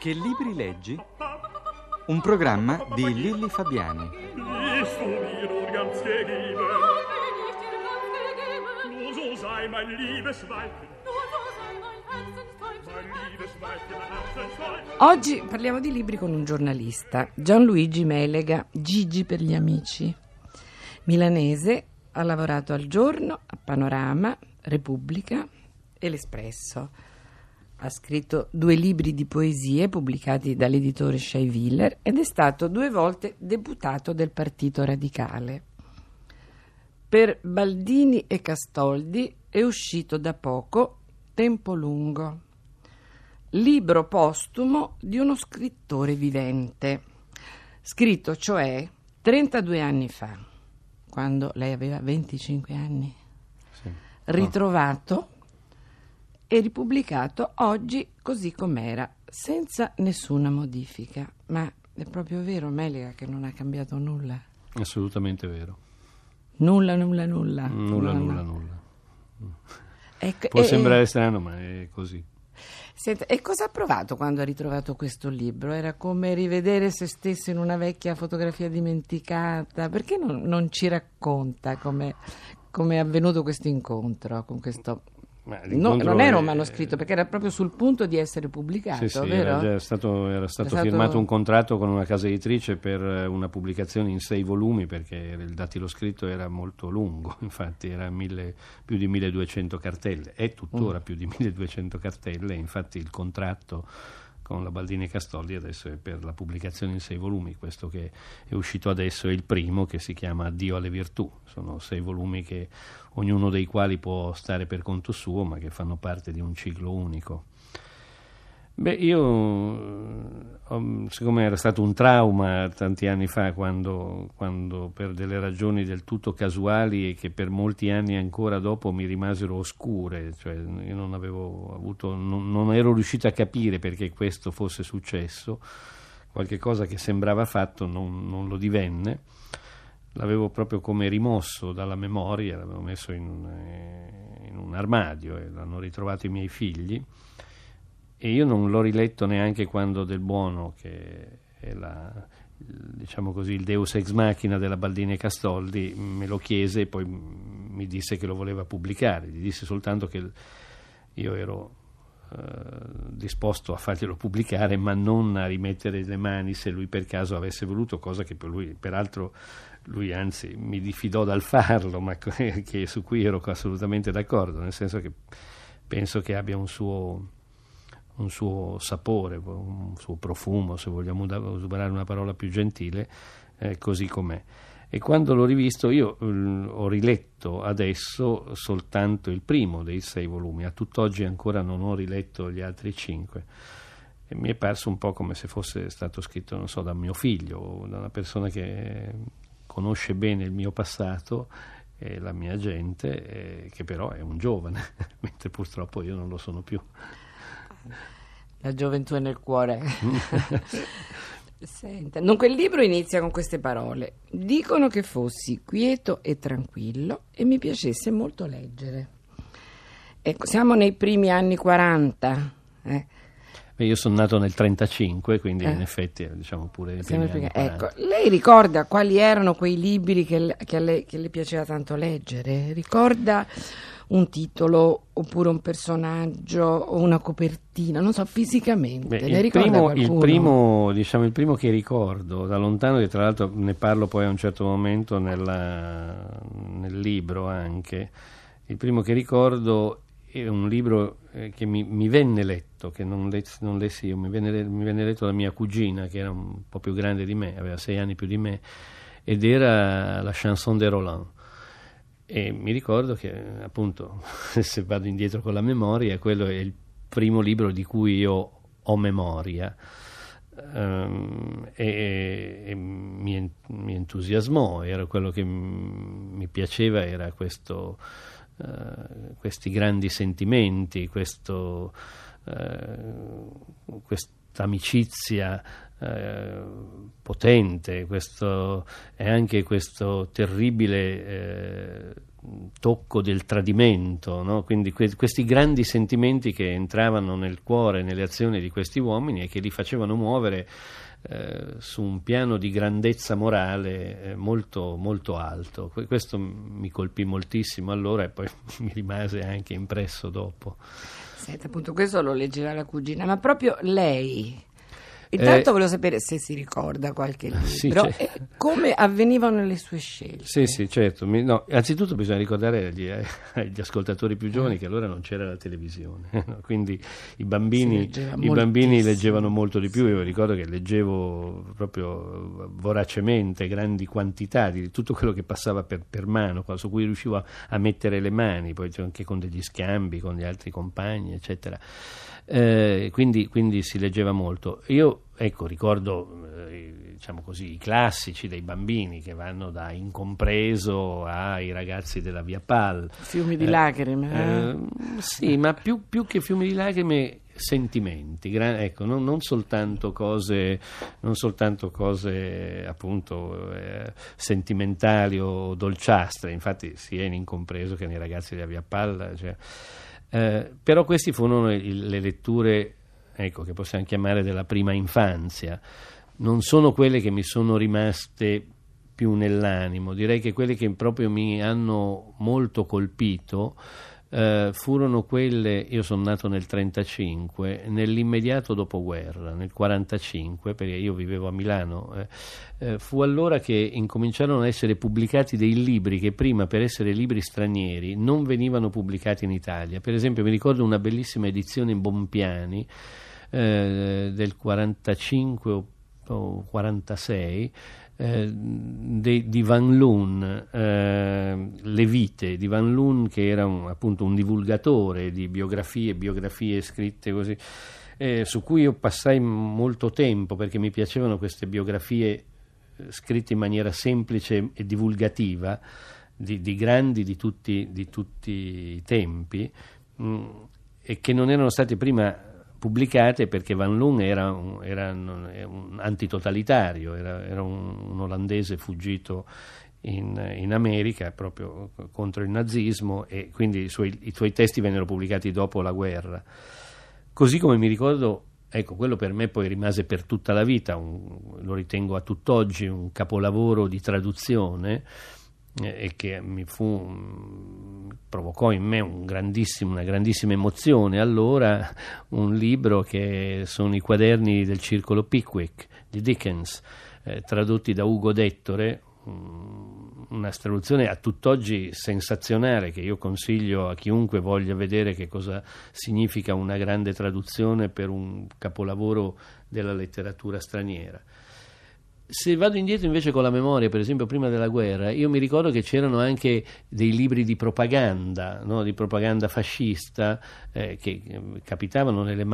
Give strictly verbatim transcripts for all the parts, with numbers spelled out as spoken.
Che libri leggi? Un programma di Lilli Fabiani. Oggi parliamo di libri con un giornalista, Gianluigi Melega, Gigi per gli amici. Milanese, ha lavorato al Giorno, a Panorama, Repubblica e L'Espresso. Ha scritto due libri di poesie pubblicati dall'editore Scheiwiller ed è stato due volte deputato del Partito Radicale. Per Baldini e Castoldi è uscito da poco Tempo lungo, libro postumo di uno scrittore vivente, scritto cioè trentadue anni fa, quando lei aveva venticinque anni, sì. ritrovato e ripubblicato oggi così com'era, senza nessuna modifica. Ma è proprio vero, Melega, che non ha cambiato nulla? Assolutamente vero. Nulla, nulla, nulla. Nulla, nulla, nulla. Ecco, Può e, sembrare strano, ma è così. Senta, e cosa ha provato quando ha ritrovato questo libro? Era come rivedere se stesso in una vecchia fotografia dimenticata? Perché non, non ci racconta come è avvenuto questo incontro con questo... Ma no, non era un è... manoscritto, perché era proprio sul punto di essere pubblicato, sì, sì, vero? Era, già stato, era stato È firmato stato... un contratto con una casa editrice per una pubblicazione in sei volumi, perché il dattiloscritto era molto lungo, infatti era mille, più di milleduecento cartelle, è tuttora mm. più di milleduecento cartelle, infatti il contratto con la Baldini e Castoldi adesso è per la pubblicazione in sei volumi. Questo che è uscito adesso è il primo, che si chiama Addio alle virtù. Sono sei volumi che ognuno dei quali può stare per conto suo, ma che fanno parte di un ciclo unico. Beh, io, siccome era stato un trauma tanti anni fa, quando, quando per delle ragioni del tutto casuali e che per molti anni ancora dopo mi rimasero oscure, cioè io non avevo avuto, non, non ero riuscito a capire perché questo fosse successo, qualche cosa che sembrava fatto non, non lo divenne, l'avevo proprio come rimosso dalla memoria, l'avevo messo in un, in un armadio e l'hanno ritrovato i miei figli. E io non l'ho riletto neanche quando Del Buono, che è la, diciamo così, il deus ex machina della Baldini e Castoldi, me lo chiese e poi mi disse che lo voleva pubblicare. Gli disse soltanto che io ero eh, disposto a farglielo pubblicare, ma non a rimettere le mani se lui per caso avesse voluto, cosa che per lui, peraltro, lui anzi mi diffidò dal farlo, ma che, su cui ero assolutamente d'accordo, nel senso che penso che abbia un suo... un suo sapore, un suo profumo, se vogliamo usare una parola più gentile, eh, così com'è. E quando l'ho rivisto io l- ho riletto adesso soltanto il primo dei sei volumi, a tutt'oggi ancora non ho riletto gli altri cinque e mi è parso un po' come se fosse stato scritto, non so, da mio figlio o da una persona che conosce bene il mio passato e la mia gente, eh, che però è un giovane, mentre purtroppo io non lo sono più. La gioventù è nel cuore. Senta, dunque il libro inizia con queste parole: dicono che fossi quieto e tranquillo e mi piacesse molto leggere. Ecco, siamo nei primi anni quaranta. Eh. Beh, io sono nato nel trentacinque, quindi eh. in effetti diciamo pure nei siamo primi primi, anni quaranta. Ecco, lei ricorda quali erano quei libri che, che, a lei, che le piaceva tanto leggere? Ricorda un titolo oppure un personaggio o una copertina, non so, fisicamente. Beh, ne il, ricorda primo, qualcuno? il primo, diciamo il primo che ricordo da lontano, che tra l'altro ne parlo poi a un certo momento nella, nel libro anche, il primo che ricordo è un libro eh, che mi, mi venne letto, che non lessi, non lessi io, mi venne, mi venne letto da mia cugina, che era un po' più grande di me, aveva sei anni più di me, ed era la Chanson de Roland. E mi ricordo che, appunto, se vado indietro con la memoria, quello è il primo libro di cui io ho memoria, um, e, e mi, mi entusiasmò, era quello che m- mi piaceva, era questo, uh, questi grandi sentimenti, questo, uh, questa amicizia Eh, potente, questo, e anche questo terribile eh, tocco del tradimento, no? Quindi que- questi grandi sentimenti che entravano nel cuore, nelle azioni di questi uomini e che li facevano muovere eh, su un piano di grandezza morale eh, molto, molto alto. Que- questo mi colpì moltissimo allora e poi mi rimase anche impresso dopo. Senta, appunto, questo lo leggeva la cugina, ma proprio lei... Intanto eh, volevo sapere se si ricorda qualche libro sì, e come avvenivano le sue scelte. Sì, sì, certo. Mi, no, anzitutto bisogna ricordare agli, agli ascoltatori più giovani che allora non c'era la televisione, no? Quindi i bambini, i bambini leggevano molto di più. Io ricordo che leggevo proprio voracemente grandi quantità di tutto quello che passava per, per mano, su cui riuscivo a, a mettere le mani, poi anche con degli scambi con gli altri compagni, eccetera. Eh, quindi, quindi si leggeva molto. Io ecco ricordo eh, diciamo così i classici dei bambini che vanno da Incompreso ai Ragazzi della Via Pal, fiumi di eh, lacrime eh? eh, sì, ma più, più che fiumi di lacrime sentimenti, gra- ecco, non, non soltanto cose non soltanto cose appunto eh, sentimentali o dolciastre, infatti sia in Incompreso che nei Ragazzi della Via Pal, cioè, Eh, però questi furono il, le letture, ecco, che possiamo chiamare della prima infanzia. Non sono quelle che mi sono rimaste più nell'animo, direi che quelle che proprio mi hanno molto colpito eh, furono quelle, io sono nato nel trentacinque, nell'immediato dopoguerra, nel quarantacinque, perché io vivevo a Milano, eh, eh, fu allora che incominciarono a essere pubblicati dei libri che prima, per essere libri stranieri, non venivano pubblicati in Italia. Per esempio mi ricordo una bellissima edizione in Bompiani eh, del quarantacinque o, o quarantasei, Eh, de, di Van Loon, eh, Le vite di Van Loon, che era un, appunto un divulgatore di biografie, biografie scritte così, eh, su cui io passai molto tempo perché mi piacevano queste biografie scritte in maniera semplice e divulgativa di, di grandi di tutti, di tutti i tempi mh, e che non erano state prima pubblicate perché Van Loon era un, era un antitotalitario, era, era un, un olandese fuggito in, in America proprio contro il nazismo, e quindi i suoi, i suoi testi vennero pubblicati dopo la guerra. Così come mi ricordo, ecco, quello per me poi rimase per tutta la vita, un, lo ritengo a tutt'oggi un capolavoro di traduzione, e che mi fu provocò in me un grandissimo, una grandissima emozione allora, un libro che sono i quaderni del Circolo Pickwick di Dickens, eh, tradotti da Ugo Dettore, um, una traduzione a tutt'oggi sensazionale che io consiglio a chiunque voglia vedere che cosa significa una grande traduzione per un capolavoro della letteratura straniera. Se vado indietro invece con la memoria, per esempio prima della guerra, io mi ricordo che c'erano anche dei libri di propaganda, no? Di propaganda fascista eh, che capitavano nelle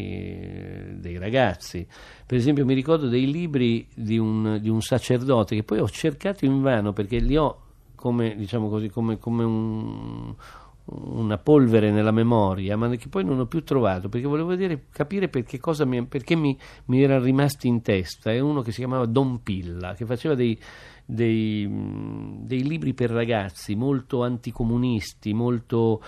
mani dei ragazzi. Per esempio mi ricordo dei libri di un, di un sacerdote che poi ho cercato invano perché li ho come, diciamo così, come, come un... una polvere nella memoria, ma che poi non ho più trovato perché volevo vedere, capire perché cosa mi, perché mi, mi erano rimasti in testa. È uno che si chiamava Don Pilla, che faceva dei, dei, dei libri per ragazzi molto anticomunisti, molto,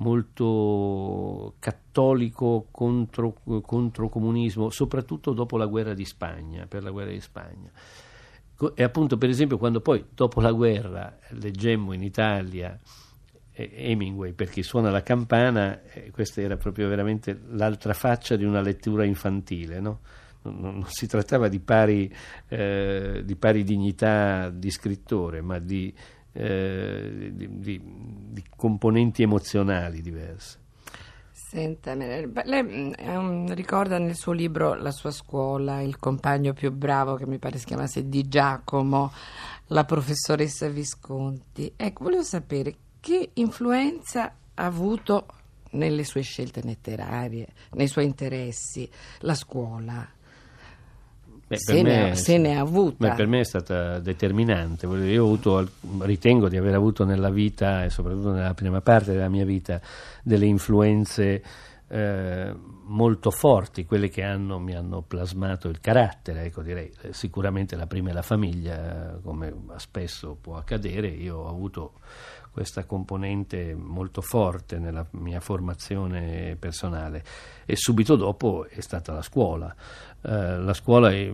molto cattolico contro, contro comunismo, soprattutto dopo la guerra di Spagna, per la guerra di Spagna. E appunto, per esempio, quando poi dopo la guerra leggemmo in Italia Hemingway, per chi suona la campana, eh, questa era proprio veramente l'altra faccia di una lettura infantile, no? Non, non si trattava di pari, eh, di pari dignità di scrittore, ma di, eh, di, di, di componenti emozionali diverse. Senta, lei um, ricorda nel suo libro la sua scuola, il compagno più bravo, che mi pare si chiamasse Di Giacomo, la professoressa Visconti. Ecco, volevo sapere che influenza ha avuto nelle sue scelte letterarie, nei suoi interessi, la scuola? Beh, se, ne ha, se ne ha avuta. Beh, per me è stata determinante. Io ho avuto, ritengo di aver avuto nella vita, e soprattutto nella prima parte della mia vita, delle influenze eh, molto forti, quelle che hanno, mi hanno plasmato il carattere, ecco, direi sicuramente la prima è la famiglia, come spesso può accadere. Io ho avuto questa componente molto forte nella mia formazione personale, e subito dopo è stata la scuola. Eh, la scuola è,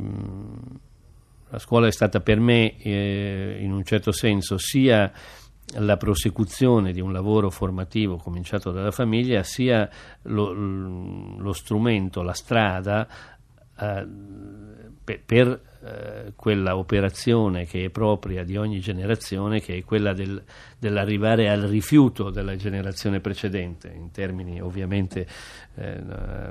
la scuola è stata per me eh, in un certo senso sia la prosecuzione di un lavoro formativo cominciato dalla famiglia, sia lo, lo strumento, la strada eh, per, per eh, quella operazione che è propria di ogni generazione, che è quella del, dell'arrivare al rifiuto della generazione precedente, in termini ovviamente eh,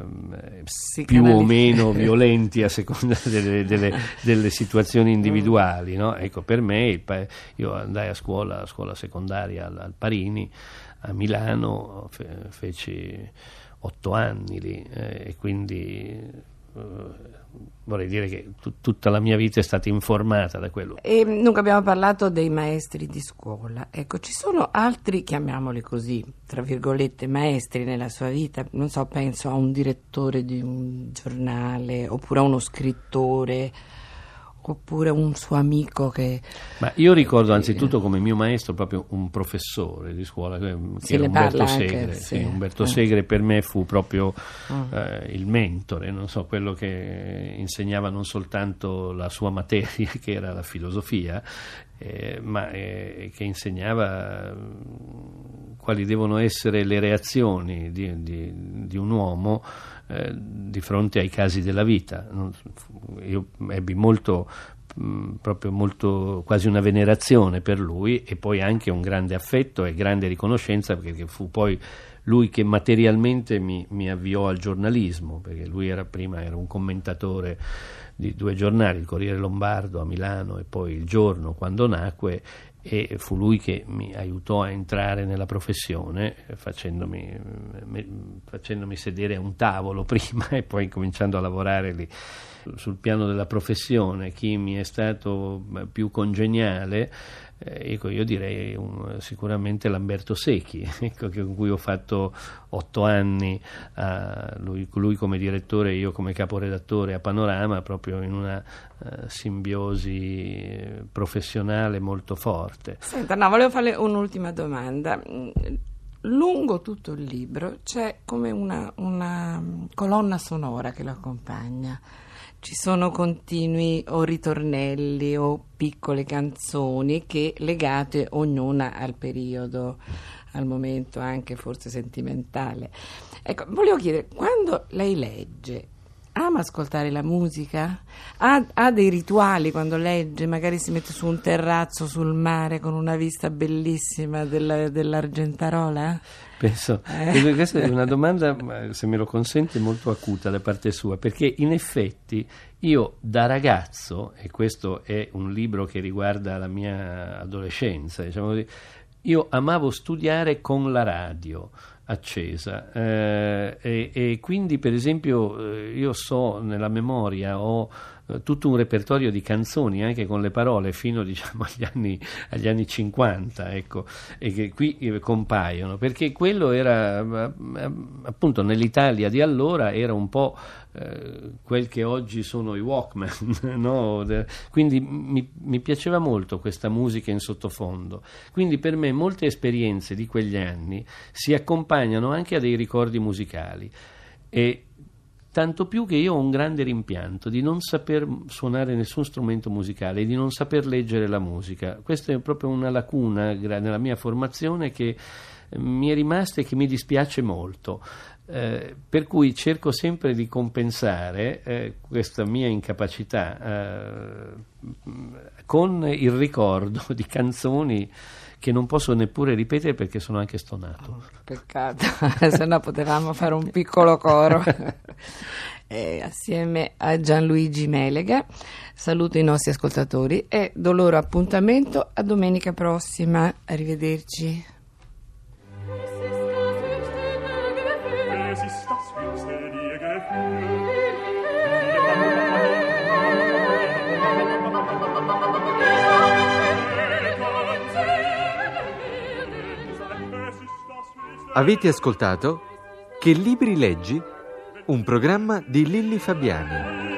più o meno violenti a seconda delle, delle, delle situazioni individuali, no? Ecco, per me il pa- io andai a scuola, a scuola secondaria al, al Parini a Milano, fe- feci otto anni lì, eh, e quindi Uh, vorrei dire che t- tutta la mia vita è stata informata da quello. E dunque abbiamo parlato dei maestri di scuola. Ecco, ci sono altri, chiamiamoli così, tra virgolette, maestri nella sua vita? Non so, penso a un direttore di un giornale, oppure a uno scrittore, oppure un suo amico che... Ma io ricordo anzitutto come mio maestro proprio un professore di scuola, che sì, era Umberto anche, Segre. sì. Sì, Umberto eh. Segre per me fu proprio Mm. eh, il mentore, non so, quello che insegnava non soltanto la sua materia, che era la filosofia, eh, ma eh, che insegnava quali devono essere le reazioni di, di, di un uomo eh, di fronte ai casi della vita. Io ebbi molto, mh, proprio molto, quasi una venerazione per lui, e poi anche un grande affetto e grande riconoscenza, perché fu poi lui che materialmente mi, mi avviò al giornalismo, perché lui era prima era un commentatore di due giornali, il Corriere Lombardo a Milano e poi Il Giorno quando nacque, e fu lui che mi aiutò a entrare nella professione, facendomi, me, facendomi sedere a un tavolo prima e poi cominciando a lavorare lì. Sul piano della professione, chi mi è stato più congeniale, eh, ecco, io direi un, sicuramente Lamberto Secchi, ecco, che, con cui ho fatto otto anni, a, lui, lui come direttore e io come caporedattore a Panorama, proprio in una uh, simbiosi professionale molto forte. Senta, no, volevo farle un'ultima domanda. Lungo tutto il libro c'è come una, una colonna sonora che lo accompagna. Ci sono continui o ritornelli o piccole canzoni che legate ognuna al periodo, al momento anche forse sentimentale. Ecco, volevo chiedere, quando lei legge, ama ascoltare la musica? Ha, ha dei rituali quando legge? Magari si mette su un terrazzo sul mare con una vista bellissima della, dell'Argentarola? Penso, eh. questa è una domanda, se me lo consente, molto acuta da parte sua, perché in effetti io da ragazzo, e questo è un libro che riguarda la mia adolescenza, diciamo così, io amavo studiare con la radio accesa, eh, e, e quindi per esempio eh, io so, nella memoria ho eh, tutto un repertorio di canzoni anche con le parole fino, diciamo, agli anni, agli anni cinquanta, ecco, e che qui eh, compaiono, perché quello era eh, appunto nell'Italia di allora era un po' eh, quel che oggi sono i Walkman, no? De, quindi mi, mi piaceva molto questa musica in sottofondo, quindi per me molte esperienze di quegli anni si accompagnano anche a dei ricordi musicali, e tanto più che io ho un grande rimpianto di non saper suonare nessun strumento musicale, di non saper leggere la musica. Questa è proprio una lacuna nella mia formazione che mi è rimasta e che mi dispiace molto. Eh, per cui cerco sempre di compensare eh, questa mia incapacità eh, con il ricordo di canzoni che non posso neppure ripetere perché sono anche stonato. Oh, peccato, se no potevamo fare un piccolo coro. E assieme a Gianluigi Melega saluto i nostri ascoltatori e do loro appuntamento a domenica prossima. Arrivederci. Avete ascoltato Che libri leggi? Un programma di Lilli Fabiani.